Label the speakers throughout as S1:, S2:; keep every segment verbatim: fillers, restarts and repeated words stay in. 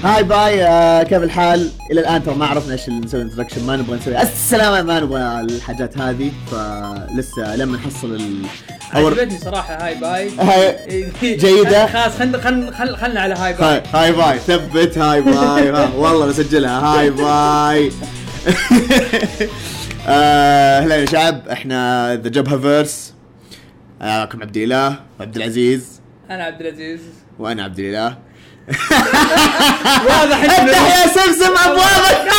S1: هاي باي. آه كيف الحال؟ الى الان ترى ما عرفنا ايش نسوي انترودكشن، ما نبغى نسوي السلام، ما نبغى الحاجات هذه، فلسه لما نحصل ال
S2: عجبتني صراحه. هاي باي
S1: هاي جيده.
S2: خلاص خلنا خلنا خلنا على هاي باي.
S1: هاي باي ثبت هاي باي. والله بسجلها هاي باي. اهلا يا شعب، احنا ذا جبهه فيرس. معكم عبد الاله وعبد العزيز.
S2: انا عبد العزيز
S1: وانا عبد الاله.
S2: واضح
S1: افتح يا سمسم ابوابك.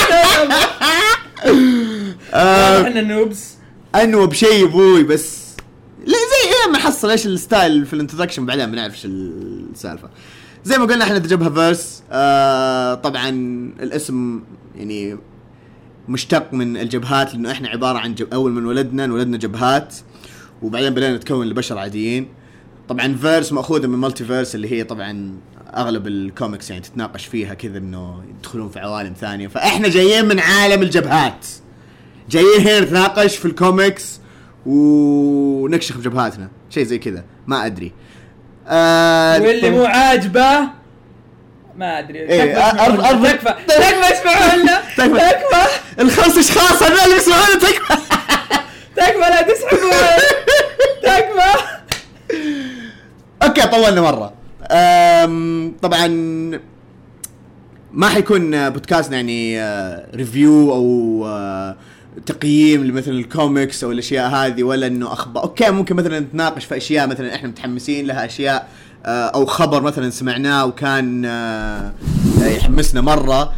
S2: احنا نوبس
S1: انوب شيء ابوي، بس لا زي ايه ما حصل ايش الستايل في الانترودكشن، بعدين بنعرف ايش السالفه. زي ما قلنا احنا ذا جبهه فيرس. آه طبعا الاسم يعني مشتق من الجبهات، لانه احنا عباره عن جب... اول من ولدنا انولدنا جبهات، وبعدين بدأنا نتكون لبشر عاديين. طبعا فيرس مأخوذة من مالتي فيرس، اللي هي طبعا اغلب الكوميكس يعني تتناقش فيها كذا انه يدخلون في عوالم ثانية، فاحنا جايين من عالم الجبهات، جايين هنا نتناقش في الكوميكس ونكشف جبهاتنا، شيء زي كذا ما ادري.
S2: آه واللي مو عاجبه ما ادري.
S1: إيه
S2: تكفى تكفى تكفى اسمعوا لنا. تكفى
S1: الخمس اشخاص هذول اللي يسمعونا. تكفى
S2: تكفى لا تسحبوا. تكفى.
S1: اوكي طولنا مره. أم طبعا ما حيكون بودكاستنا يعني ريفيو او تقييم لمثل الكوميكس او الاشياء هذه، ولا انه اخبار. اوكي ممكن مثلا نتناقش في اشياء مثلا احنا متحمسين لها، اشياء او خبر مثلا سمعناه وكان يحمسنا مره.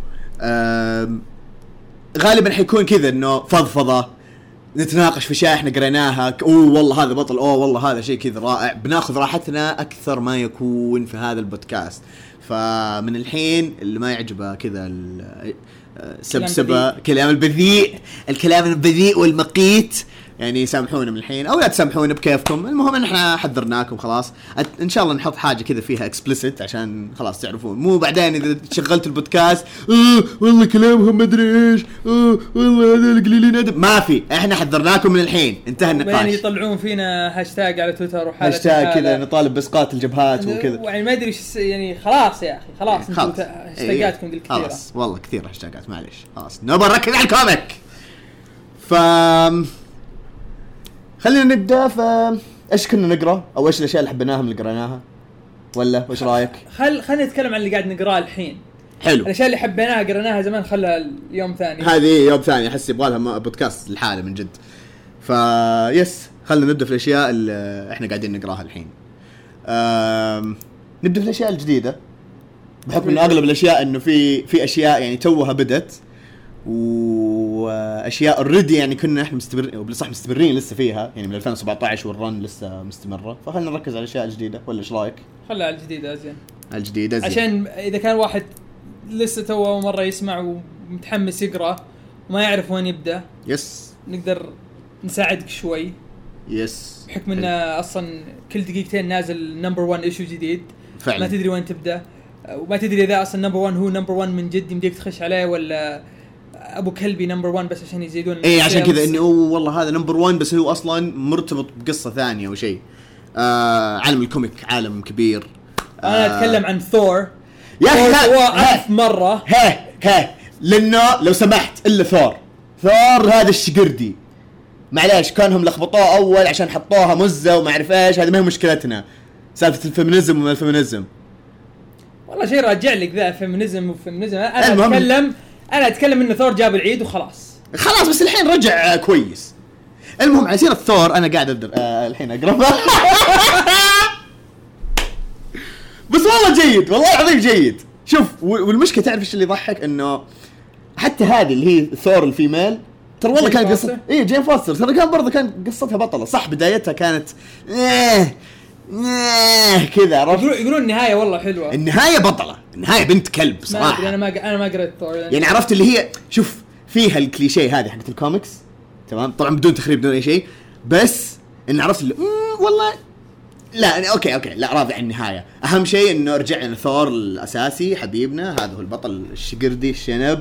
S1: غالبا حيكون كذا انه فضفضه، نتناقش في اشياء احنا قريناها. اوه والله هذا بطل، اوه والله هذا شيء كذا رائع. بناخذ راحتنا اكثر ما يكون في هذا البودكاست. فمن الحين اللي ما يعجبه كذا السبسبه، كلام البذيء، الكلام البذيء والمقيت، يعني سامحونا من الحين او لا تسامحونا بكيفكم. المهم ان احنا حذرناكم خلاص. ان شاء الله نحط حاجه كذا فيها اكسبلسيت عشان خلاص تعرفون، مو بعدين اذا شغلت البودكاست اه والله كلامهم ما ادري ايش، اه والله هذول قليلين ادب. ما في، احنا حذرناكم من الحين، انتهى النقاش.
S2: يعني يطلعون فينا هاشتاج على تويتر وحالة
S1: هاشتاج كذا نطالب باسقاط الجبهات وكذا،
S2: يعني ما ادري يعني خلاص يا اخي خلاص.
S1: خلاص.
S2: انتم هاشتاجاتكم دي كثيره
S1: خلاص والله كثير هاشتاجات، معليش خلاص نبغى نركز على الكوميك. ف خلينا نبدا. ف ايش كنا نقرا او ايش الاشياء اللي حبيناها من اللي قريناها، ولا وش رايك؟
S2: خل خلينا نتكلم عن اللي قاعد نقراه الحين.
S1: حلو.
S2: الاشياء اللي حبيناها قريناها زمان خلها اليوم ثاني.
S1: هذه يوم ثاني، احس يبغى لها بودكاست لحاله من جد. ف يس خلينا نبدا في الاشياء اللي احنا قاعدين نقراها الحين. أم... نبدا في الاشياء الجديده، بحكم ان اغلب الاشياء انه في في اشياء يعني توها بدت، واشياء اوريدي يعني كنا احنا مستمرين وبالصح مستمرين لسه فيها، يعني من ألفين وسبعطعش والرن لسه مستمره. فخلينا نركز على الاشياء الجديده، ولا ايش رايك؟
S2: خلها على الجديده زين.
S1: الجديده زين، عشان
S2: اذا كان واحد لسه توه مره يسمع ومتحمس يقرا وما يعرف وين يبدا،
S1: يس
S2: نقدر نساعدك شوي.
S1: يس
S2: بحكم انه اصلا كل دقيقتين نازل نمبر واحد ايشو جديد فعلا. ما تدري وين تبدا، وما تدري اذا اصلا نمبر واحد هو نمبر واحد من جد يمديك تخش عليه، ولا ابو كلبي نمبر واحد بس عشان يزيدون.
S1: ايه عشان كذا انه والله هذا نمبر واحد بس هو اصلا مرتبط بقصه ثانيه او شيء. آه عالم الكوميك عالم كبير. آه
S2: انا اتكلم عن ثور
S1: يا اخي
S2: ألف مره.
S1: هي هي لانه لو سمحت الا ثور ثور هذا الشقردي، معليش كانهم لخبطوه اول عشان حطوها مزه وما اعرف ايش. هذه ما هي مشكلتنا، سالفه الفيمينيزم وما الفيمينيزم
S2: والله شيء راجع لك ذا فيمينيزم وفيمينيزم. انا اتكلم انا اتكلم ان ثور جاب العيد وخلاص
S1: خلاص، بس الحين رجع كويس. المهم على سيرة ثور انا قاعد أدر... آه الحين اقرب. بس والله جيد، والله العظيم جيد. شوف والمشكله تعرف ايش اللي يضحك، انه حتى هذه اللي هي ثور الفيميل ترى والله كانت قصه ايه جين فاستر ترى كان برضه كان قصتها بطله صح. بدايتها كانت ايه ايه كذا، عرفت؟
S2: يقولون يقولون النهايه والله حلوه،
S1: النهايه بطله، النهايه بنت كلب صراحه.
S2: ما انا ما انا ما قريت ثور
S1: يعني. يعني عرفت اللي هي شوف فيها الكليشيه هذه حقت الكوميكس تمام، طبعا بدون تخريب بدون اي شيء، بس ان عرفت اللي والله لا أنا اوكي اوكي لا راضي عن النهايه. اهم شيء انه رجعنا ثور الاساسي حبيبنا، هذا هو البطل الشقردي الشنب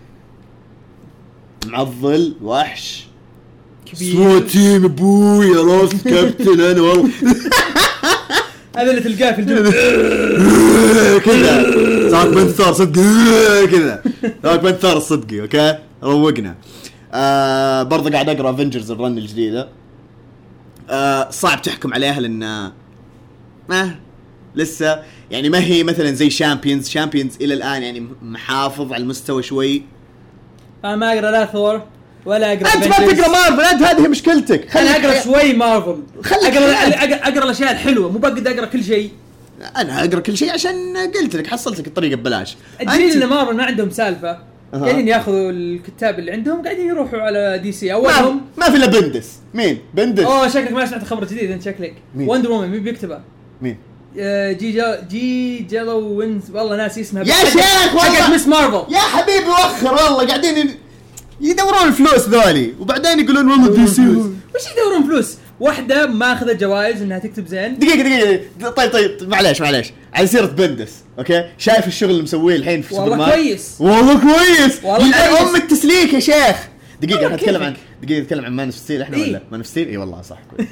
S1: معضل وحش كبير صوتين ابوي يا راس كابتن. انا والله
S2: هذا اللي تلقاه في الجو
S1: كذا دارك بانثر صدق كذا دارك بانثر صدقي اوكي روقنا. آه برضه قاعد اقرا افنجرز الرن الجديده. آه صعب تحكم عليها لان ما لسه يعني ما هي مثلا زي شامبيونز شامبيونز الى الان يعني محافظ على المستوى شوي.
S2: انا ما اقرا لا ثور ولا اقرا
S1: انت ما تقرا مارفل انت هذه مشكلتك.
S2: انا اقرا شوي مارفل اقرا اقرا الاشياء الحلوه مو بقدر اقرا كل شيء.
S1: انا اقرا كل شيء عشان قلت لك حصلت لك الطريقه ببلاش.
S2: الدليل ان مارفل ما عندهم سالفه أه. قاعدين ياخذوا الكتاب اللي عندهم قاعدين يروحوا على دي سي اولهم
S1: ما, ما في الا بندس. مين بندس؟
S2: اوه شكلك ما سمعت خبر جديد انت شكلك. وندر وومن مين بيكتبها؟
S1: مين؟
S2: جي جا جي جيلو وينز والله ناسي اسمها
S1: يا شيخ
S2: والله مس مارفل
S1: يا حبيبي وخر والله قاعدين يدورون الفلوس ذولي وبعدين يقولون والله دي سي
S2: وش يدورون فلوس؟ واحدة ما أخذت جوائز إنها تكتب زين.
S1: دقيقة دقيقة طيب طيب معليش معليش على سيرة بندس أوكي شايف الشغل اللي مسويه الحين في سوبر
S2: والله كويس
S1: والله كويس
S2: والله
S1: أم التسليك يا شيخ. دقيقة نتكلم عن دقيقة نتكلم عن مان اوف ستيل إحنا ولا مان اوف ستيل؟ إي والله صح كويس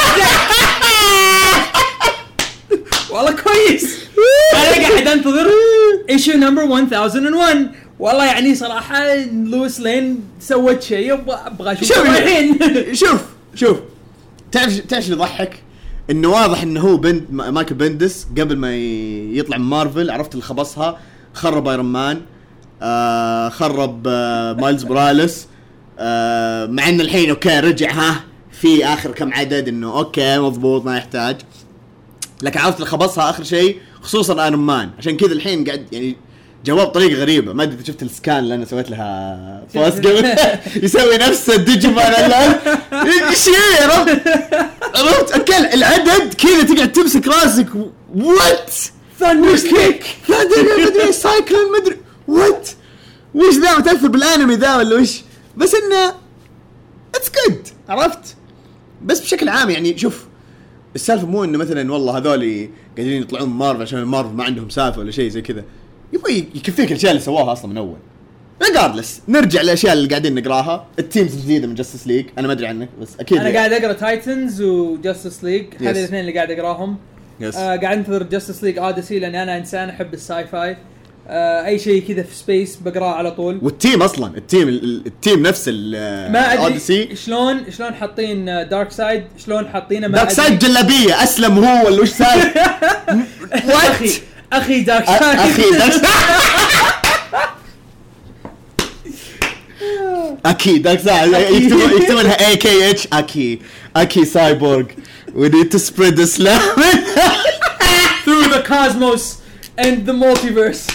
S2: والله كويس. أنا قاعد أنتظر إيشو نمبر واحد ألف وواحد والله يعني صراحة لويس لين سوت شيء أبغى أشوف الحين.
S1: شوف شوف تعرف تعرف اللي يضحك إنه واضح إنه هو بند مايكل بندس قبل ما يطلع من مارفل عرفت اللي خبصها خرب ايرون مان آه خرب آه مايلز موراليس آه مع إن الحين أوكي رجع ها في آخر كم عدد إنه أوكي مضبوط ما يحتاج لكن عرفت اللي خبصها آخر شيء خصوصا ايرون مان. عشان كذا الحين قاعد يعني جواب طريقة غريبة ما أدري شفت السكان اللي أنا سويت لها بوست قبل يسوي نفس الديجيمان الآن إيش هي عرفت عرفت أكل العدد كذا تقعد تمسك راسك وات
S2: ثاندر كيك
S1: ثاندر مدري سايكلون مدري وات وش ذا متأثر بالأنمي ذا ولا وش بس إنه اتس جود عرفت. بس بشكل عام يعني شوف السالفة مو إنه مثلا والله هذولي قاعدين يطلعون مارفل عشان مارفل ما عندهم سالفة ولا شيء زي كذا يبغى يكفيك الاشياء اللي سواها اصلا من اول. ريجاردلس نرجع للاشياء اللي قاعدين نقراها. التيمز الجديده من جاستس ليج انا ما ادري عنك بس اكيد
S2: انا قاعد اقرا تايتنز وجاستس ليج هذه الاثنين اللي قاعد اقراهم.
S1: yes.
S2: آه قاعد انتظر جاستس ليج اوديسي لان انا انسان احب الساي فاي آه اي شيء كذا في سبيس بقراه على طول.
S1: والتيم اصلا التيم التيم نفس
S2: ما ادري شلون شلون حاطين دارك سايد شلون حاطينه ما
S1: دارك سايد جلابيه اسلم هو ولا وش صار
S2: اخي اخي دارك سايد
S1: اخي دارك اكيد دارك سايد يكتبون لها اي كي اتش اكي اكي سايبورغ we need to spread the slam
S2: through the cosmos and the multiverse.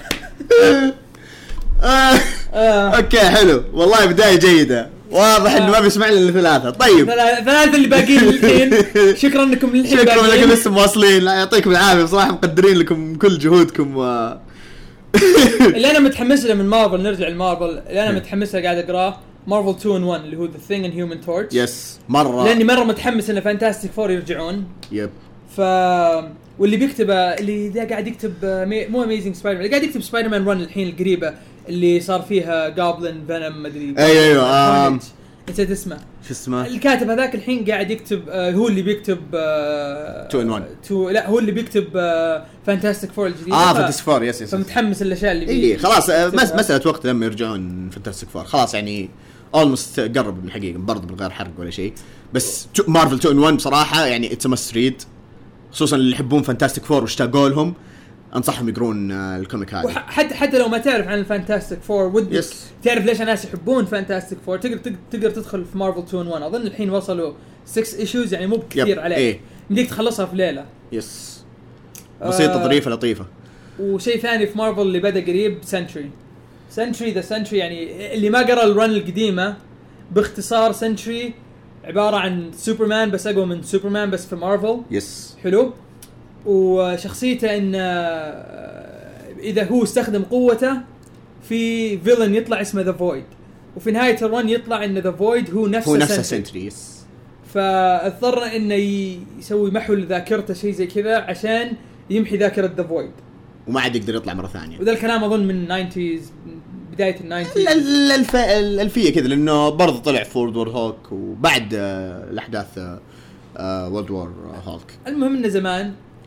S1: اوكي حلو والله بدايه جيده واضح انه ما بيسمع لنا الا ثلاثه. طيب
S2: ثلاثه اللي باقيين الحين شكرا لكم للحين
S1: شكرا لكم لسه مواصلين يعطيكم العافيه بصراحه مقدرين لكم كل جهودكم و
S2: اللي انا متحمس له من مارفل نرجع لمارفل اللي انا متحمس له قاعد اقراه مارفل اثنين إن واحد اللي هو The Thing and Human Torch.
S1: يس مره
S2: لاني مره متحمس ان فانتاستيك فور يرجعون.
S1: يب
S2: ف واللي بيكتبه اللي ذا قاعد يكتب مي... مو اميزنج سبايدر مان قاعد يكتب سبايدر مان رن الحين القريبه اللي صار فيها جوبلن فينوم ما ادري
S1: ايوه ايوه آم...
S2: نسيت اسمه
S1: شو اسمه
S2: الكاتب هذاك الحين قاعد يكتب آه هو اللي بيكتب
S1: اثنين إن واحد
S2: تو لا هو اللي بيكتب آه فانتاستيك فور الجديد
S1: اه فانتاستيك فور يس يس
S2: فمتحمس الاشياء اللي
S1: اي خلاص مس... مساله وقت لما يرجعون فانتاستيك فور خلاص يعني اولموست قرب من الحقيقه برضه من غير حرق ولا شيء. بس مارفل اثنين إن واحد بصراحه يعني اتس ماست ريد خصوصا اللي يحبون فانتاستيك فور واشتاقوا لهم انصحهم يقرون الكوميك هذا.
S2: حتى حتى لو ما تعرف عن الفانتاستيك فور ودك
S1: yes.
S2: تعرف ليش الناس يحبون فانتاستيك فور تقدر تقدر تدخل في مارفل اثنين إن واحد اظن الحين وصلوا ستة ايشوز يعني مو بكثير عليه
S1: ايه.
S2: بدك تخلصها في ليله
S1: يس بسيطه آه ظريفه لطيفه.
S2: وشيء ثاني في مارفل اللي بدا قريب سنتري سنتري ذا سنتري يعني اللي ما قرأ الرن القديمه باختصار سنتري عباره عن سوبرمان بس اقوى من سوبرمان بس في مارفل.
S1: يس
S2: حلو وشخصيته ان اذا هو استخدم قوته في فيلن يطلع اسمه ذا فويد وفي نهايه الرن يطلع ان ذا فويد هو نفسه
S1: هو نفسه سنتري. يس
S2: فاضطر انه يسوي محو لذاكرته شيء زي كذا عشان يمحي ذاكره ذا فويد
S1: وما عاد يقدر يطلع مره ثانيه.
S2: وذا الكلام اظن من ناينتيز بدايه الناينتيز
S1: الالف الالفيه كذا لانه برضه طلع فورد وور هوك وبعد الاحداث وورلد وور هولك.
S2: المهم انه زمان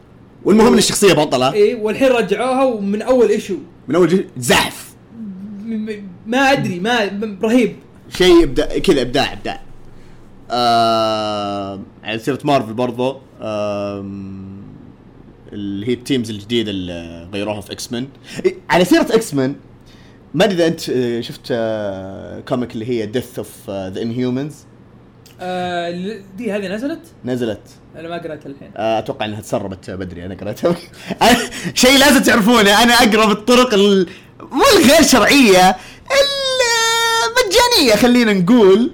S1: والمهم ان الشخصيه بطله.
S2: اي والحين رجعوها ومن اول ايشو
S1: من اول زحف
S2: ما ادري ما رهيب
S1: شيء ابداع كذا ابداع ابداع. آه... على سيره مارفل برضو آه... اللي هي التيمز الجديده اللي غيروها في اكس مان. على سيره اكس مان ما ادري اذا انت شفت آه... كوميك اللي هي ديث اوف ذا انهيومنز.
S2: آه دي هذه نزلت
S1: نزلت
S2: انا ما قرأتها الحين.
S1: آه اتوقع انها تسربت بدري. انا قرأتها شيء لازم تعرفونه انا اقرا بالطرق ال... مو الغير شرعيه المجانيه خلينا نقول.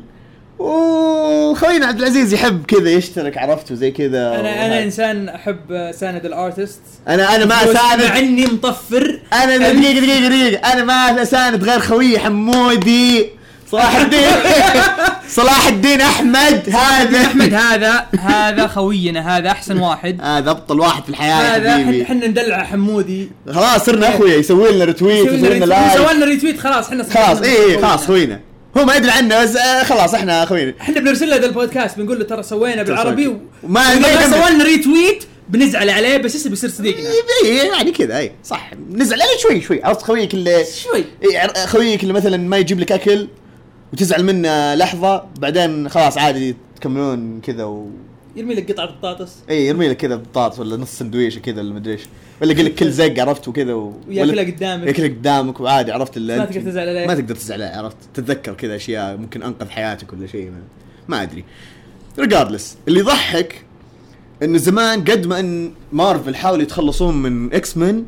S1: وخوينا عبد العزيز يحب كذا يشترك عرفته زي كذا.
S2: انا انا انسان احب ساند الارتست.
S1: انا انا ما ساند
S2: مع اني مطفر.
S1: انا دقيقه دقيقه دقيقه انا ما ساند غير خوي حمودي صلاح الدين صلاح الدين احمد. هذا
S2: احمد هذا هذا خوينا هذا احسن واحد.
S1: هذا ابطل واحد في الحياه
S2: هذا احنا ندلع حمودي.
S1: خلاص صرنا اخويا يسوي لنا ريتويت
S2: يسوي لنا لايك يسوي لنا ريتويت خلاص احنا
S1: خلاص ايه خلاص خوينا هو ما يدري عنه بس خلاص احنا خوينا.
S2: احنا بنرسل له ذا البودكاست بنقول له ترى سوينا بالعربي
S1: وما
S2: سوى لنا ريتويت بنزعل عليه بس لسه بيصير صديقنا.
S1: اي يعني كذا اي صح نزعل عليه شوي شوي. عرفت خويك اللي
S2: شوي
S1: خويك اللي مثلا ما يجيب لك اكل وتزعل منه لحظه بعدين خلاص عادي تكملون كذا و...
S2: يرمي لك قطعه بطاطس.
S1: اي يرمي لك كذا بطاطس ولا نص سندويشه كذا ولا مدري ايش ولا يقول لك كل زق عرفت وكذا و...
S2: وياكلها قدامك
S1: ياكلها قدامك وعادي عرفت اللي
S2: ما تقدر تزعل عليه
S1: ما تقدر تزعل عليه. عرفت تتذكر كذا اشياء ممكن انقذ حياتك ولا شيء ما, ما ادري. ريجاردلس اللي يضحك انه زمان قد ما ان مارفل حاولوا يتخلصون من اكس مان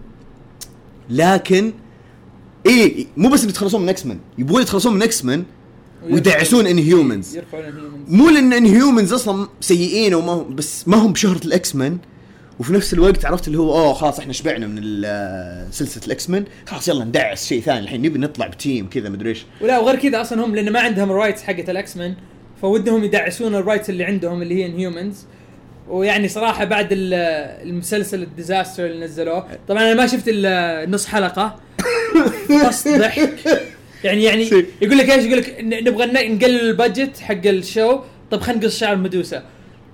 S1: لكن ايه مو بس يتخلصون من اكس مان يبغون يتخلصون من اكس مان ويدعسون ان هيومنز. مو لان ان هيومنز اصلا سيئين وما هم بس ما هم بشهرة الاكس مان وفي نفس الوقت عرفت اللي هو اوه خلاص احنا شبعنا من سلسله الاكس مان خلاص يلا ندعس شيء ثاني الحين نبي نطلع بتيم كذا مدري ايش.
S2: ولا وغير كذا اصلا هم لان ما عندهم الرايتس حقت الاكس مان فودهم يدعسون الرايتس اللي عندهم اللي هي ان هيومنز. ويعني صراحه بعد المسلسل الديزاستر اللي نزلوه طبعا انا ما شفت النص حلقه بس ضحك يعني يعني يقول لك ايش يقول لك نبغى نقلل البادجت حق الشو طب خلينا نقص شعر مدوسة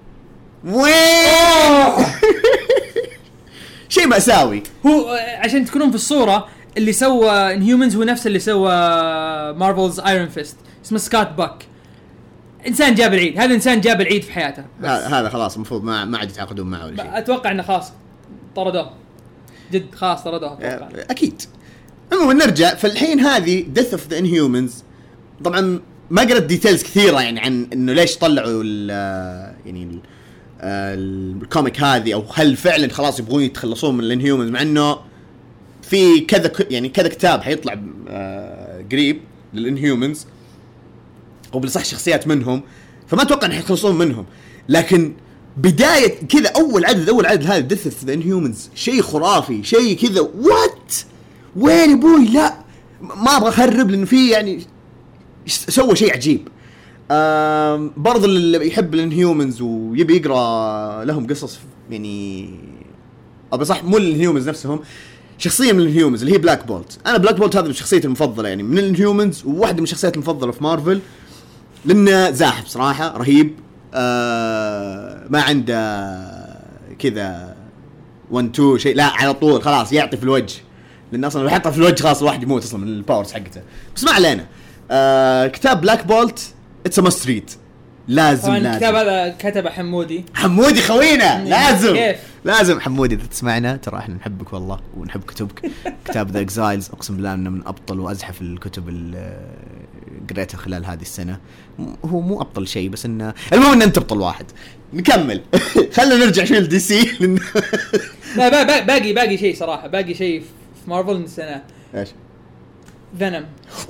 S1: شيء مأساوي.
S2: هو عشان تكونون في الصورة اللي سوى انهيومنز هو نفس اللي سوى مارفلز ايرون فيست اسمه سكوت باك. انسان جاب العيد هذا انسان جاب العيد في حياته.
S1: هذا خلاص المفروض ما ما عاد يتعاقدون معه ولا شيء.
S2: اتوقع انه خلاص طردوه جد خلاص طردوه اتوقع.
S1: اكيد. المهم نرجع فالحين هذه Death of the Inhumans طبعا ما قرأت ديتيلز كثيرة يعني عن انه ليش طلعوا ال يعني ال الكوميك هذه او هل فعلا خلاص يبغون يتخلصون من الانهيومنز مع انه في كذا يعني كذا كتاب حيطلع قريب للانهيومنز وبالصح شخصيات منهم فما اتوقع ان حيخلصون منهم. لكن بداية كذا اول عدد اول عدد هذا Death of the Inhumans شيء خرافي شيء كذا وات وين ابوي لا ما ابغى اخرب لانه في يعني سوى شيء عجيب. برضه اللي يحب الانهيومنز ويبي يقرا لهم قصص يعني ابي صح مو الانهيومنز نفسهم شخصيه من الانهيومنز اللي هي بلاك بولت. انا بلاك بولت هذا من شخصيتي المفضله يعني من الانهيومنز وواحده من الشخصيات المفضله في مارفل لانه زاحف صراحه رهيب. آه ما عنده كذا واحد اثنين شيء لا على طول خلاص يعطي في الوجه لان اصلا لو حطه في الوجه خلاص الواحد يموت اصلا من الباورز حقته. بس ما علينا. آه كتاب بلاك بولت اتس ماست ريد لازم لازم.
S2: الكتاب هذا كتبه حمودي
S1: حمودي خوينا لازم
S2: كيف؟
S1: لازم حمودي اذا تسمعنا ترى احنا نحبك والله ونحب كتبك. كتاب ذا اكزايلز اقسم بالله انه من ابطل وازحف الكتب اللي قريتها خلال هذه السنه. هو مو ابطل شيء بس انه المهم ان انت ابطل واحد. نكمل خلينا نرجع شوي لدي سي لأن
S2: لا باقي باقي شيء صراحه باقي شيء في مارفل من السنه.
S1: ايش
S2: فينوم.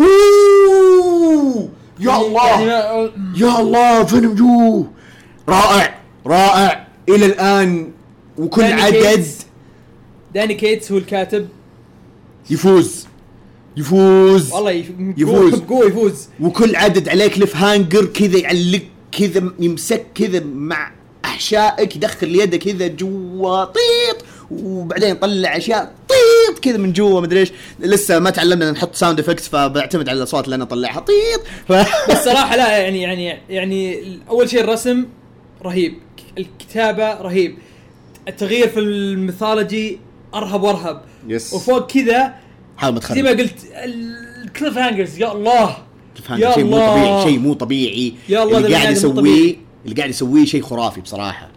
S1: اوه يا الله يا الله فينوم جو رائع رائع الى الان وكل عدد.
S2: داني كيتس هو الكاتب
S1: يفوز يفوز
S2: والله
S1: يفوز
S2: قوي يفوز
S1: وكل عدد عليك كليف هانجر كذا يعلق كذا يمسك كذا مع احشائك يدخل يده كذا جوا طيط وبعدين يطلع اشياء طيط كذا من جوا مدري ايش. لسه ما تعلمنا نحط ساوند افكتس فبعتمد على الاصوات اللي انا اطلعها طيط ف...
S2: بس صراحه لا يعني يعني يعني اول شيء الرسم رهيب الكتابه رهيب التغيير في الميثولوجي ارهب وارهب.
S1: يس.
S2: وفوق كذا
S1: حاول ما تخرب
S2: زي ما قلت الكليف هانجرز يا الله
S1: يا شيء مو طبيعي شيء مو طبيعي
S2: يا الله
S1: اللي قاعد يسويه اللي قاعد يسويه شيء خرافي بصراحه.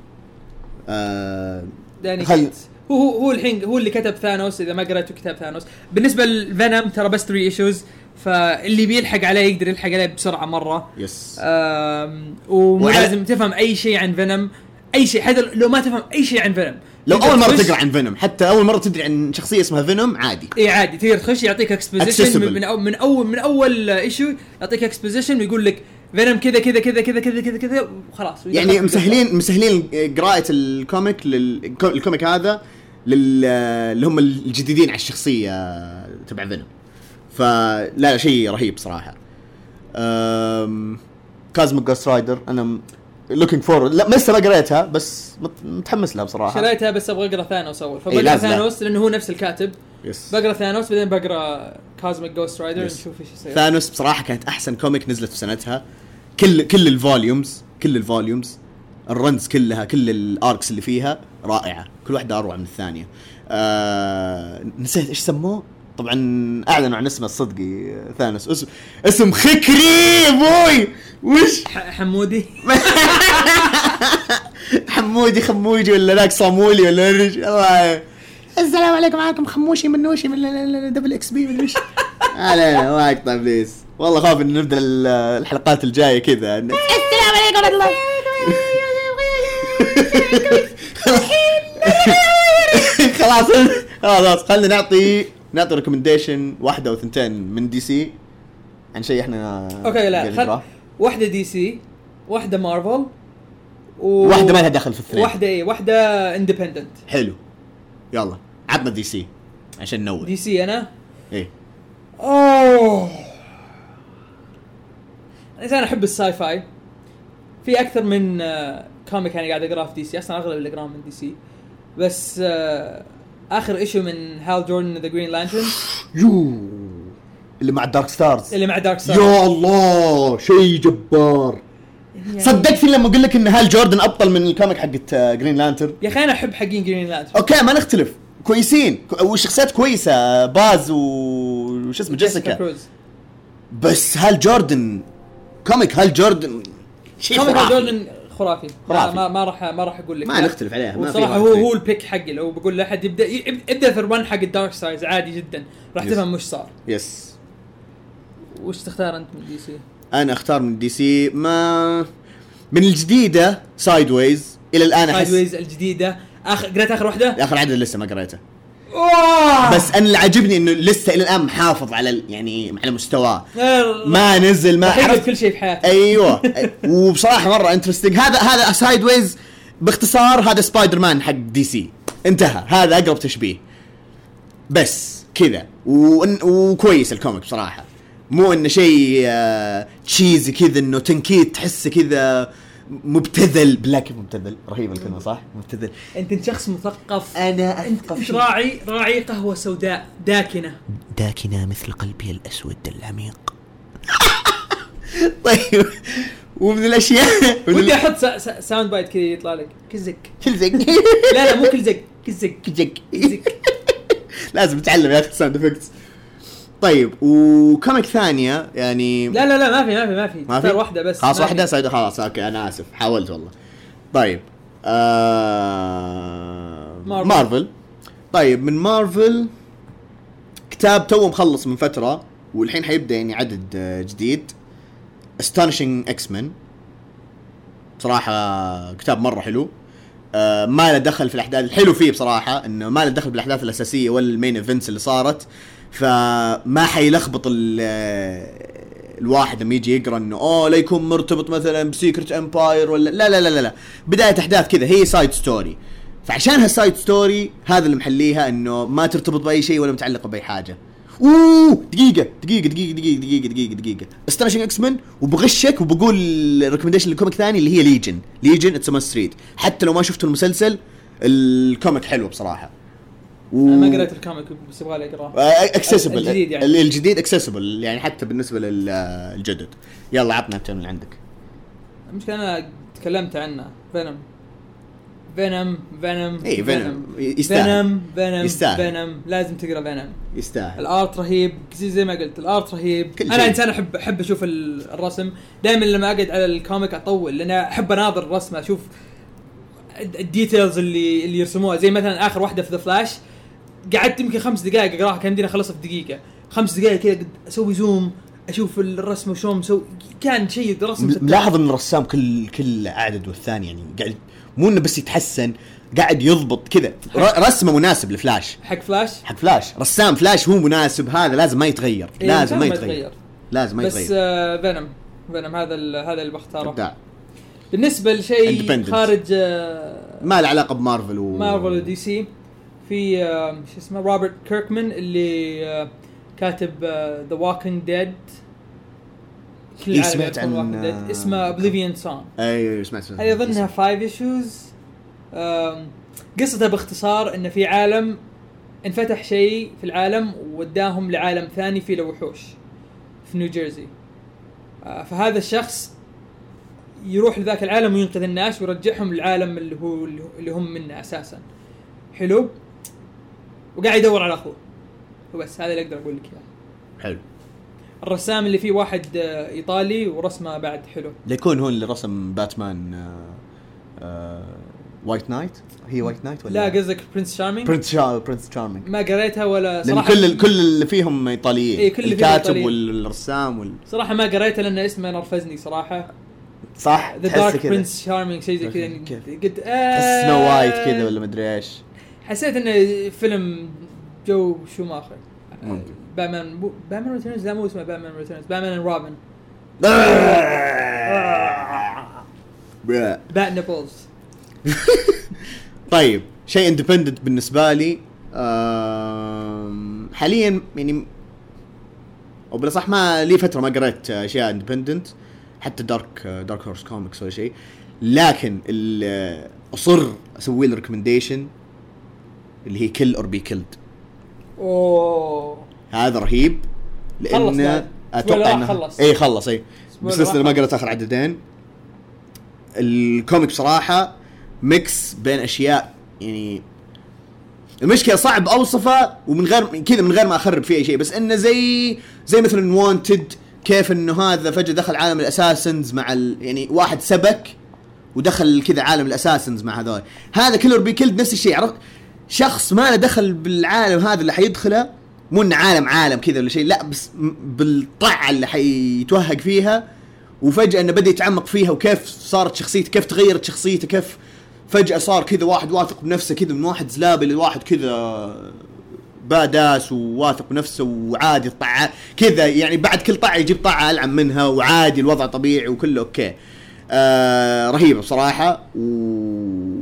S1: آه
S2: داني خل... هو هو الحين هو اللي كتب ثانوس. اذا ما قرأتوا كتاب ثانوس بالنسبه لفينوم ترى بس ثلاثة ايشوز فاللي بيلحق عليه يقدر يلحق عليه بسرعه مره.
S1: يس.
S2: ومو لازم تفهم اي شيء عن فينوم اي شيء حتى لو ما تفهم اي شيء عن فينوم
S1: لو اول مره تقرا عن فينوم حتى اول مره تدري عن شخصيه اسمها فينوم عادي
S2: اي عادي تقدر تخش يعطيك اكسبوزيشن من, من اول من اول من اول ايشو يعطيك اكسبوزيشن ويقول لك فينوم كذا كذا كذا كذا كذا كذا كذا وخلاص.
S1: يعني مسهلين مسهلين قراءه الكوميك للكوميك هذا اللي هم الجديدين على الشخصيه تبع فينوم. فلا لا شيء رهيب صراحه. أم... كازميك جوست رايدر انا looking forward. لا لسه ما قريتها بس متحمس لها بصراحه.
S2: شريتها بس ابغى اقرا ثانوس اول فبقرا إيه ثانوس لانه هو نفس الكاتب.
S1: يس.
S2: بقرا ثانوس بعدين بقرا كازميك جوست رايدر نشوف ايش يصير.
S1: ثانوس بصراحه كانت احسن كوميك نزلت في سنتها. كل كل الفوليومز كل الفوليومز الرنز كلها كل الاركس اللي فيها رائعه كل واحده اروع من الثانيه. آه... نسيت ايش سموه طبعا اعلنوا عن اسمه الصدقي ثانوس اسم اسم خكري بوي وش
S2: حمودي
S1: حمودي خموجي ولا ذاك صامولي ولا ايش. الله السلام عليكم معكم خموشي منوشي من دبل اكس بي من ايش. لا لا ما اقطع بليز والله خاف ان نبدا الحلقات الجايه كذا. السلام عليكم ورحمه الله. خلاص خلاص خلينا نعطي نعطي ريكومنديشن واحده او ثنتين من دي سي عن شيء احنا
S2: اوكي. لا خل... واحده دي سي واحده مارفل
S1: و... واحده ما لها دخل في الثانيه
S2: واحده ايه واحده اندبندنت.
S1: حلو يلا عطنا دي سي عشان ننوع.
S2: دي سي انا
S1: ايه
S2: اوه انا احب الساي فاي. في اكثر من كوميك انا قاعد اقراه في دي سي اصلا اغلب اللي اقراه من دي سي بس اخر ايشو من هال جوردن ذا جرين لانترن
S1: يو اللي مع دارك ستارز
S2: اللي مع دارك ستارز
S1: يا الله شيء جبار. يعني صدقتني لما اقول لك ان هال جوردن ابطل من الكوميك حقت جرين لانترن.
S2: يا اخي انا احب حقين جرين لانترن
S1: اوكي ما نختلف كويسين والشخصيات كويسه باز وش اسمه جيسيكا بس هال جوردن كوميك هال جوردن شيء
S2: خرافي.
S1: هال
S2: جوردن خرافي, خرافي. ما ما راح ما راح اقول لك
S1: ما نختلف عليها. ما
S2: صراحه هو هو البيك حقي لو بقول لاحد يبدا يبدا في الرن حق الدارك سايز عادي جدا راح تفهم وش صار.
S1: يس.
S2: وش تختار انت من دي سي؟
S1: انا اختار من دي سي ما من الجديده سايد ويز الى الان
S2: احس سايد ويز الجديده اخر قريت اخر واحده
S1: اخر عدد لسه ما قريته
S2: أوه.
S1: بس انا اللي عجبني انه لسه الى الان محافظ على يعني على مستواه ما نزل ما
S2: عرف كل شيء في حياته.
S1: ايوه وبصراحه مره انترستينج. هذا هذا سايد ويز باختصار هذا سبايدر مان حق دي سي انتهى. هذا اقرب تشبيه بس كذا وكويس الكوميك بصراحه مو انه شيء آه تشيزي كذا انه تنكيت تحس كذا مبتذل. بلاك مبتذل رهيب الكلمه صح مبتذل.
S2: انت شخص مثقف.
S1: انا
S2: انت راعي راعي قهوه سوداء داكنه
S1: داكنه مثل قلبي الاسود العميق. طيب ومن الاشياء
S2: ودي احط ساوند بايت كذا يطلع لك كزك
S1: كزك.
S2: لا لا مو كزك كزك
S1: كزك كزك. لازم تتعلم يا اخي ساوند افكتس. طيب وكوميك ثانيه يعني
S2: لا لا لا ما في ما في ما في ما في واحده بس
S1: خلاص واحده سايد خلاص اوكي انا اسف حاولت والله. طيب آه... مارفل. مارفل طيب من مارفل كتاب تو مخلص من فتره والحين حيبدا يعني عدد جديد Astonishing X-Men. بصراحه كتاب مره حلو. آه ما له دخل في الاحداث. الحلو فيه بصراحه انه ما له دخل بالاحداث الاساسيه ولا المين ايفنتس اللي صارت فما حيلخبط الواحد لما يجي يقرا انه اوه لا يكون مرتبط مثلا بسيكرت امباير ولا لا لا لا لا بدايه احداث كذا هي سايد ستوري. فعشان هالسايد ستوري هذا اللي محليها انه ما ترتبط باي شيء ولا متعلقه باي حاجه. اوه دقيقه دقيقه دقيقه دقيقه دقيقه دقيقه دقيقه استرشنج اكس مان وبغشك وبقول ريكومنديشن لكوميك ثاني اللي هي ليجن. ليجن اتس ماست ريد حتى لو ما شفتوا المسلسل الكوميك حلو بصراحه.
S2: و... انا ما قريت الكوميك بس ابغى لي اقراه.
S1: اكسسبل
S2: الجديد يعني.
S1: الجديد اكسسبل يعني حتى بالنسبه للجدد. يلا عطنا انت من عندك.
S2: المشكله انا تكلمت عنه فينوم فينوم فينوم
S1: اي فينوم يستاهل
S2: فينوم فينوم لازم تقرا فينوم
S1: يستاهل.
S2: الارت رهيب زي ما قلت الارت رهيب. انا انسان احب احب اشوف الرسم دائما لما اقعد على الكوميك اطول لان احب اناظر الرسمه اشوف الديتيلز اللي اللي يرسموها. زي مثلا اخر واحده في ذا فلاش قعدت يمكن خمس دقائق اقراها كان بدينا اخلصها في دقيقه خمس دقائق كذا اسوي زوم اشوف الرسم وشلون مسوي كان شيء رسم.
S1: ملاحظ ان الرسام كل كل عدد والثاني يعني قاعد مو انه بس يتحسن قاعد يضبط كذا رسمه مناسب لفلاش
S2: حق فلاش
S1: حق فلاش رسام فلاش هو مناسب. هذا لازم ما يتغير
S2: إيه
S1: لازم ما
S2: يتغير.
S1: يتغير لازم ما
S2: بس
S1: يتغير.
S2: بس آه فينوم فينوم هذا هذا اللي بختاره.
S1: إبداع.
S2: بالنسبه لشيء خارج آه
S1: ما له علاقه بمارفل و
S2: مارفل ودي سي في آه شو اسمه روبرت كيركمان اللي آه كاتب ذا ووكينج ديد.
S1: كل سمعت عن
S2: آه اسمه اوبليفيون سون.
S1: ايوه سمعت
S2: هذه اظنها فايف ايشوز. قصتها باختصار ان في عالم انفتح شيء في العالم وداهم لعالم ثاني فيه وحوش في نيوجيرسي. آه فهذا الشخص يروح لذاك العالم وينقذ الناس ويرجعهم للعالم اللي هو اللي هم منه اساسا. حلو. وقاعد يدور على اخوه وبس. هذا اللي اقدر اقول لك اياه.
S1: حلو.
S2: الرسام اللي فيه واحد ايطالي ورسمه بعد حلو.
S1: ليكون هو اللي رسم باتمان آه آه وايت نايت. هي وايت نايت ولا
S2: لا قصدك برنس شارمينج.
S1: برنس شار برنس شارمينج
S2: ما قريتها ولا صراحه.
S1: كل كل اللي فيهم ايطاليين.
S2: إيه كل
S1: الكاتب والرسام وال...
S2: صراحه ما قريتها لان اسمه نرفزني صراحه.
S1: صح
S2: ذا دارك برنس شارمينج شيء زي كذا قلت
S1: آه سنو وايت كذا ولا مدري ايش.
S2: حسيت انه فيلم جو شو ماخر باتمان بو... باتمان ريتيرنز. لا مو اسمه باتمان ريتيرنز باتمان اند روبن. بات نيبلز.
S1: طيب شيء اندبندنت بالنسبه لي حاليا يعني او بلا صح ما لي فتره ما قرأت اشياء اندبندنت حتى دارك دارك هورس كوميكس ولا شيء. لكن اصر اسوي له ريكومنديشن اللي هي كيل اور بي كيلد.
S2: اوه
S1: هذا رهيب لانه اتوقع انه اي خلص اي بس لسه ما قرأت اخر عددين. الكوميك بصراحه ميكس بين اشياء يعني المشكله صعب اوصفه ومن غير كذا من غير ما اخرب فيه اي شيء بس انه زي زي مثلا وانتد كيف انه هذا فجاه دخل عالم الاساسنز مع ال... يعني واحد سبك ودخل كذا عالم الاساسنز مع هذول. هذا كيلر بي كيلد نفس الشيء. عرفت شخص ما له دخل بالعالم هذا اللي حيدخله مو انه عالم عالم كذا ولا شيء لا بس بالطعه اللي حيتوهق فيها وفجاه انه بدا يتعمق فيها وكيف صارت شخصيته كيف تغيرت شخصيته كيف فجأة صار كذا واحد واثق بنفسه كذا من واحد زلابل لواحد كذا باداس وواثق بنفسه وعادي الطاعة كذا يعني بعد كل طاعة يجيب طاعة ألعن منها وعادي الوضع طبيعي وكله أوكي. آه رهيبة بصراحة و...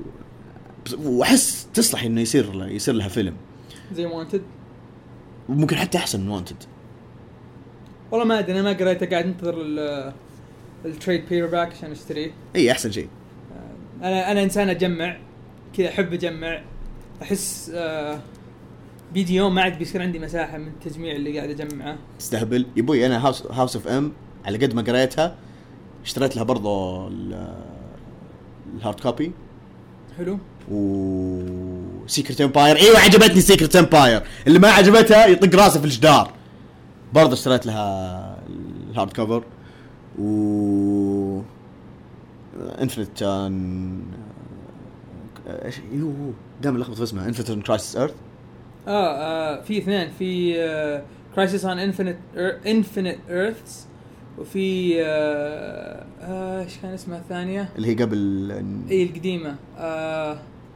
S1: وأحس تصلح إنه يصير يصير لها فيلم
S2: زي وانتد
S1: وممكن حتى أحسن من وانتد.
S2: والله ما أدري أنا ما قريته قاعد انتظر التريد بيبر باك عشان اشتريه.
S1: إيه أحسن شيء.
S2: انا انا انسان اجمع كذا احب اجمع احس آه بيجي يوم ما عاد بيصير عندي مساحه من التجميع اللي قاعد اجمعه.
S1: استهبل يبوي انا هاوس هاوس اوف ام على قد ما قريتها اشتريت لها برضه الهارد كوبي حلو و سيكريت امباير. ايوه عجبتني سيكريت امباير. اللي ما عجبتها يطق راسه في الجدار. برضه اشتريت لها الهارد كفر و انفنت ايش يو دائما لخبط في اسمها انفنت اون كرايسيس ايرث.
S2: اه في اثنين في كرايسيس اون انفنت انفنت ايرثز وفي آه ايش كان اسمها الثانيه
S1: اللي هي قبل
S2: اي القديمه آه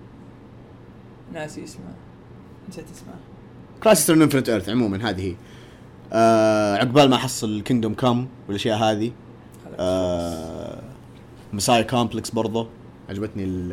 S2: ناسي اسمها نسيت اسمها.
S1: كرايسيس اون انفنت ايرث عموما هذه هي. آه عقبال ما احصل كينجدوم كام والاشياء هذه. آه مسايا كومبلكس برضه عجبتني ال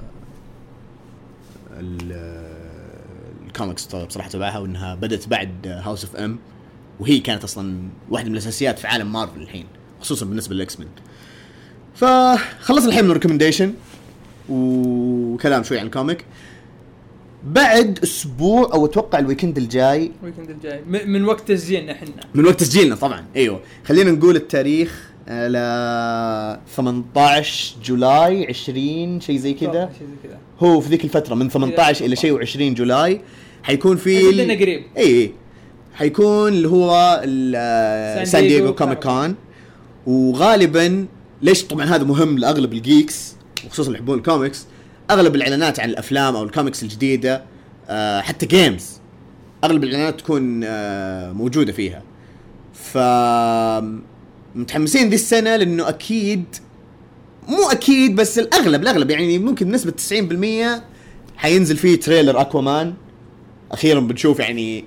S1: ال الكوميكس بصراحه تبعها وانها بدت بعد هاوس اوف ام وهي كانت اصلا واحده من الاساسيات في عالم مارفل الحين خصوصا بالنسبه للاكس مان. فخلصنا الحين من الريكومنديشن وكلام شوي عن الكوميك. بعد اسبوع او اتوقع الويكند الجاي
S2: الويكند الجاي من وقت تسجيلنا احنا
S1: من وقت تسجيلنا طبعا ايوه خلينا نقول التاريخ على ثمانية عشر جولاي عشرين شيء زي كذا. هو في ذيك الفترة من ثمانية عشر إلى شيء وعشرين جولاي حيكون في
S2: ال... قريب.
S1: إيه حيكون اللي هو سان دييغو كوميك كون. وغالبا ليش طبعا هذا مهم لأغلب الجيكس وخصوصا اللي يحبون الكوميكس، أغلب الإعلانات عن الأفلام أو الكوميكس الجديدة أه حتى جيمز أغلب الإعلانات تكون أه موجودة فيها. ف متحمسين دي السنة لأنه أكيد مو أكيد بس الأغلب الأغلب يعني ممكن بنسبة تسعين بالمية حينزل فيه تريلر أكوامان. أخيرا بنشوف يعني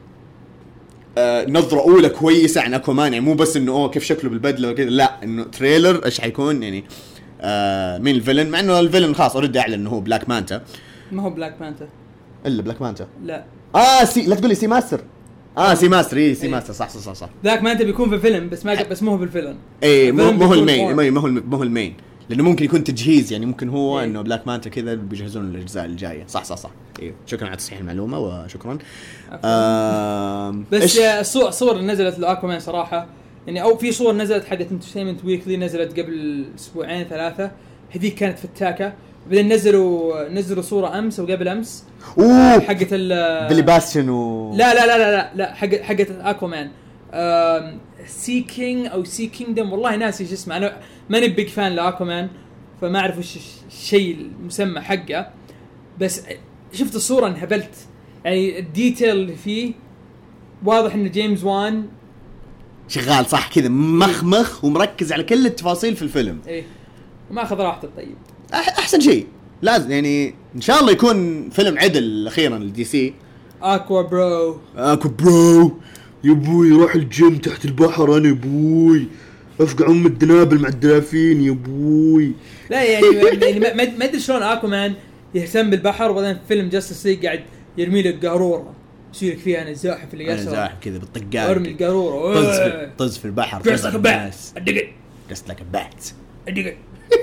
S1: آه نظرة أولى كويسة عن أكوامان، يعني مو بس إنه أوه كيف شكله بالبدلة وكذا، لا إنه تريلر إيش حيكون يعني آه مين الفيلن، مع إنه الفيلن خاص أريد أعلن إنه هو بلاك مانتا.
S2: ما هو بلاك مانتا
S1: إلا بلاك مانتا
S2: لا
S1: آه سي لا تقولي سي ماستر اه سي ماستر إيه سي ماستر صح صح صح صح
S2: ذاك ما انت بيكون في فيلم بس ما بس مو هو بالفيلم.
S1: ايه مو هو المين ما هو ما هو المين لانه ممكن يكون تجهيز، يعني ممكن هو إيه؟ انه بلاك مانتا كذا بيجهزون الاجزاء الجايه. صح صح صح ايه شكرا على تصحيح المعلومه وشكرا. آه
S2: بس الصور الصور اللي نزلت لاكوامان صراحه يعني، او في صور نزلت حقت انترتينمنت ويكلي نزلت قبل اسبوعين ثلاثه، هذيك كانت فتاكه. بعدين نزلوا نزلوا صوره امس وقبل امس
S1: اوه
S2: حقت ال
S1: بيلي باستيون و
S2: لا لا لا لا لا, لا حق حقت اكوامان سي كينج او سي كينجدم، والله ناسي ايش اسمه. انا ماني بيج فان لاكوامان فما اعرف وش الشيء المسمى حقه، بس شفت الصوره انهبلت يعني الديتيل اللي فيه واضح ان جيمس وان
S1: شغال صح كذا مخمخ ومركز على كل التفاصيل في الفيلم.
S2: ايه وما اخذ راحته. طيب
S1: احسن شيء لازم يعني ان شاء الله يكون فيلم عدل اخيرا للدي سي.
S2: اكوا برو
S1: اكوا برو يا بوي روح الجيم تحت البحر انا بوي افقع ام الدنابل مع الدلافين يا بوي.
S2: لا يعني يعني ما ادري شلون اكوا مان يهتم بالبحر وبعدين فيلم جاستس ليج قاعد يرمي لك قاروره يصير فيها انا الزاحف اللي قاعد
S1: زاحف كذا بالطقات
S2: ارمي القاروره
S1: طز في طز في البحر
S2: جست لك بات ادق
S1: جست لك بات
S2: ادق.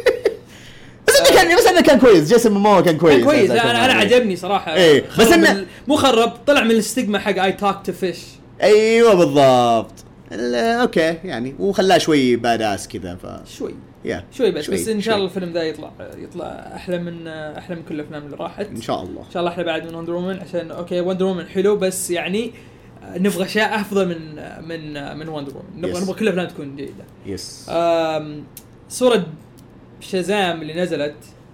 S1: بس انه كان بس انه كان كويس جيسون موموا كان كويس
S2: كان كويس. انا انا عجبني صراحه
S1: ايه بس انه
S2: مو خرب طلع من الاستجما حق اي توك تو فيش.
S1: ايوه بالضبط اوكي يعني وخلاه شوي باداس كذا ف
S2: شوي
S1: يا
S2: شوي بس, شوي. بس ان شاء الله الفيلم ذا يطلع يطلع احلى من احلى من كل الافلام اللي راحت
S1: ان شاء الله.
S2: ان شاء الله احلى بعد من وندر وومن، عشان اوكي وندر وومن حلو بس يعني نبغى اشياء افضل من من من وندر وومن. نبغى نبغى كل الافلام تكون جيده.
S1: يس
S2: امم صوره شازام اللي نزلت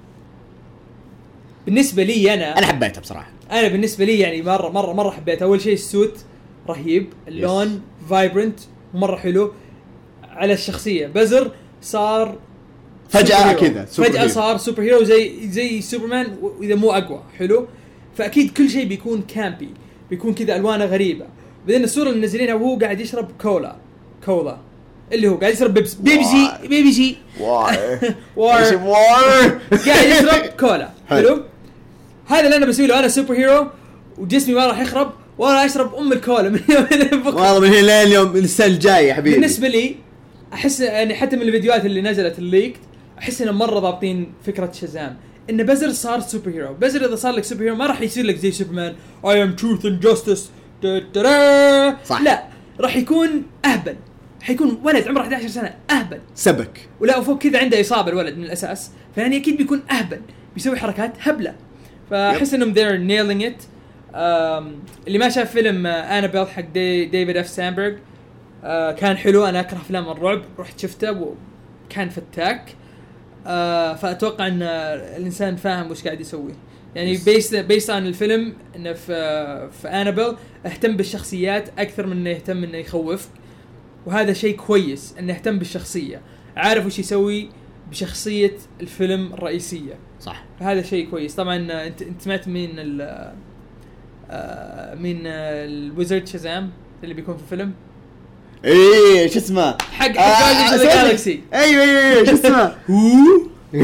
S2: بالنسبه لي انا
S1: انا حبيتها بصراحه.
S2: انا بالنسبه لي يعني مره مره مره حبيتها. اول شيء السوت رهيب، اللون فايبرنت مره حلو على الشخصيه. بزر صار
S1: فجاه كذا
S2: فجاه هيرو. صار سوبر هيرو زي زي سوبرمان واذا مو اقوى. حلو، فاكيد كل شيء بيكون كامبي، بيكون كذا الوانه غريبه. بعدين الصوره اللي منزلينها وهو قاعد يشرب كولا كولا اللي هو قاعد يشرب بيبس بيبسي بيبسي
S1: واي
S2: واي قاعد يشرب كولا. حلو، هذا اللي انا بسوي له. انا سوبر هيرو وجسمي ما راح يخرب ولا اشرب ام الكولا من
S1: والله من هنا اليوم من السنه الجايه يا حبيبي.
S2: بالنسبه لي احس يعني حتى من الفيديوهات اللي نزلت الليكت احس انه مره ضابطين فكره شازام، ان بزر صار سوبر هيرو. بزر اذا صار لك سوبر هيرو ما راح يصير لك زي سوبرمان اي ام تروث اند جاستس لا، راح يكون اهبل، حيكون ولد عمره إحدى عشرة سنه اهبل
S1: سبك
S2: ولا وفوق كذا عنده اصابه الولد من الاساس، فيعني اكيد بيكون اهبل بيسوي حركات هبله. فاحس انهم they're nailing it. اللي ما شاف فيلم انابيل حق دي ديفيد اف سامبرغ كان حلو. انا اكره افلام الرعب، رحت شفته وكان فتاك. فاتوقع ان الانسان فاهم وش قاعد يسوي يعني. بيس بيس عن الفيلم انه في في انابيل اهتم بالشخصيات اكثر من انه يهتم انه يخوفك، وهذا شيء كويس انه يهتم بالشخصيه، عارف وش يسوي بشخصيه الفيلم الرئيسيه.
S1: صح،
S2: هذا شيء كويس. طبعا انت انت سمعت مين ال مين الويزرد شازام اللي بيكون في الفيلم؟
S1: ايه شو اسمه
S2: حق جاردينز اوف ذا جالكسي.
S1: ايوه ايوه شو اسمه هو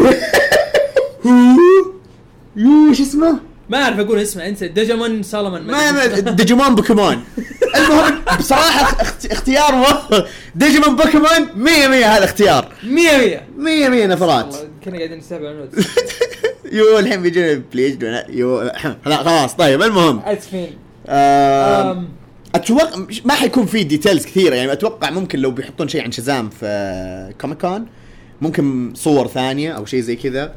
S1: هو يو شو اسمه
S2: ما اعرف اقول اسمه، انسى. ديجيمون سولومون
S1: ما ديجيمون بوكيمون. المهم بصراحه اختيار و... ديجيمون بوكيمون مية مية. هذا اختيار
S2: مية مية
S1: مية مية نفرات.
S2: كنا قاعدين نستهبل عنود.
S1: يو الحين بيجي بليز يو لا خلاص. طيب المهم
S2: اسفين.
S1: آه اتوقع ما حيكون في ديتيلز كثيره يعني. اتوقع ممكن لو بيحطون شيء عن شازام في كوميكون ممكن صور ثانيه او شيء زي كذا.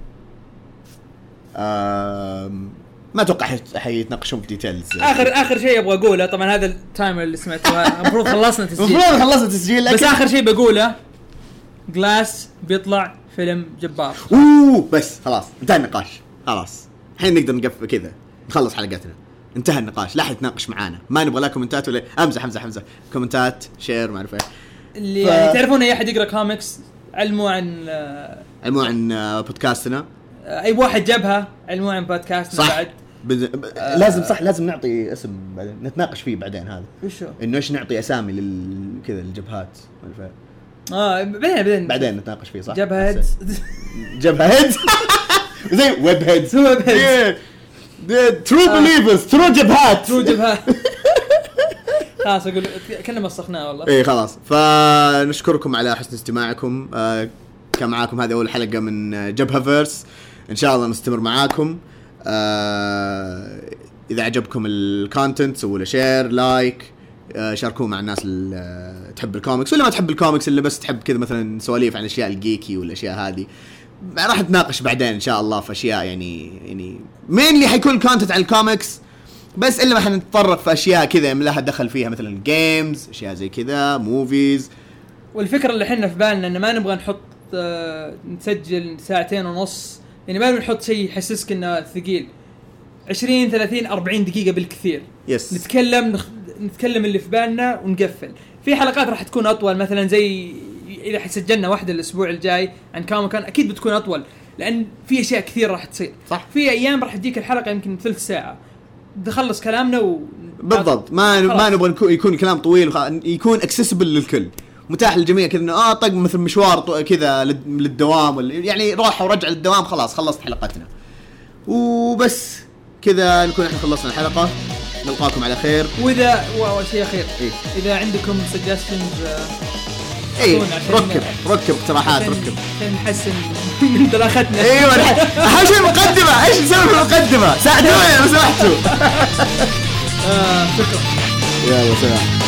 S1: ما اتوقع حيتناقشون في ديتيلز.
S2: اخر اخر شيء ابغى اقوله، طبعا هذا التايمر اللي سمعته المفروض خلصنا تسجيل
S1: المفروض خلصنا تسجيل
S2: بس اخر شيء بقوله جلاس بيطلع فيلم جبار.
S1: اوه بس خلاص انتهى النقاش. خلاص الحين نقدر نقفل كذا نخلص حلقتنا. انتهى النقاش. لا حد يتناقش معانا. ما نبغى لا كومنتات ولا امزح امزح امزح كومنتات شير ما اعرف ايه
S2: اللي ف... يعني تعرفون اي احد يقرا كوميكس علموا عن
S1: علموا عن بودكاستنا.
S2: اي واحد جابها علموا عن بودكاستنا بعد
S1: بز... ب... آه... لازم صح لازم نعطي اسم بعدين نتناقش فيه بعدين. هذا
S2: وشو
S1: انه ايش نعطي اسامي لل كذا الجبهات ولا
S2: اه بعدين بعدين
S1: بعدين نتناقش فيه. صح
S2: جبهة هيد
S1: جبهة هيد زي ويب هيد
S2: ويب هيد
S1: ترو بليفرز ترو جبهات
S2: ترو جبهات. خلاص اقول كنا مسخناه والله.
S1: ايه خلاص. فنشكركم على حسن استماعكم. آه كان معاكم هذه اول حلقه من جبهة فيرس. ان شاء الله نستمر معاكم. آه اذا عجبكم الكونتنت سووا له شير لايك. آه شاركوه مع الناس اللي تحب الكوميكس ولا ما تحب الكوميكس اللي بس تحب كذا مثلا سواليف عن الاشياء الجيكي والاشياء هذه. راح نتناقش بعدين ان شاء الله في اشياء يعني يعني مين اللي حيكون كونتنت عن الكوميكس بس الا ما حنتطرق في اشياء كذا لها دخل فيها مثلا جيمز اشياء زي كذا موفيز.
S2: والفكره اللي احنا في بالنا ان ما نبغى نحط آه نسجل ساعتين ونص يعني ما نحط شيء يحسسك انه ثقيل. عشرين ثلاثين أربعين دقيقه بالكثير.
S1: يس.
S2: نتكلم نخ... نتكلم اللي في بالنا ونقفل. في حلقات راح تكون اطول مثلا زي اذا حسجلنا واحده الاسبوع الجاي عن كوميكون اكيد بتكون اطول لان في اشياء كثير راح تصير.
S1: صح.
S2: في ايام راح تجيك الحلقه يمكن ثلث ساعه نخلص كلامنا و
S1: بالضبط. ما ما نبغى يكون كلام طويل وخ... يكون اكسسبل للكل متاح للجميع كذا. اه طق مثل مشوار كذا للدوام ولا يعني راح ورجع للدوام خلاص خلصت حلقتنا وبس كذا نكون احنا خلصنا الحلقه. نلقاكم على خير.
S2: واذا شيء اخير
S1: إيه؟
S2: اذا عندكم suggestions
S1: ايه ركب ركب اقتراحات ركب
S2: نحسن من دراختنا.
S1: ايوه اهم شيء مقدمه. ايش نسوي في المقدمه؟ ساعدونا لو سمحتوا.
S2: اه شكرا.
S1: يلا سلام.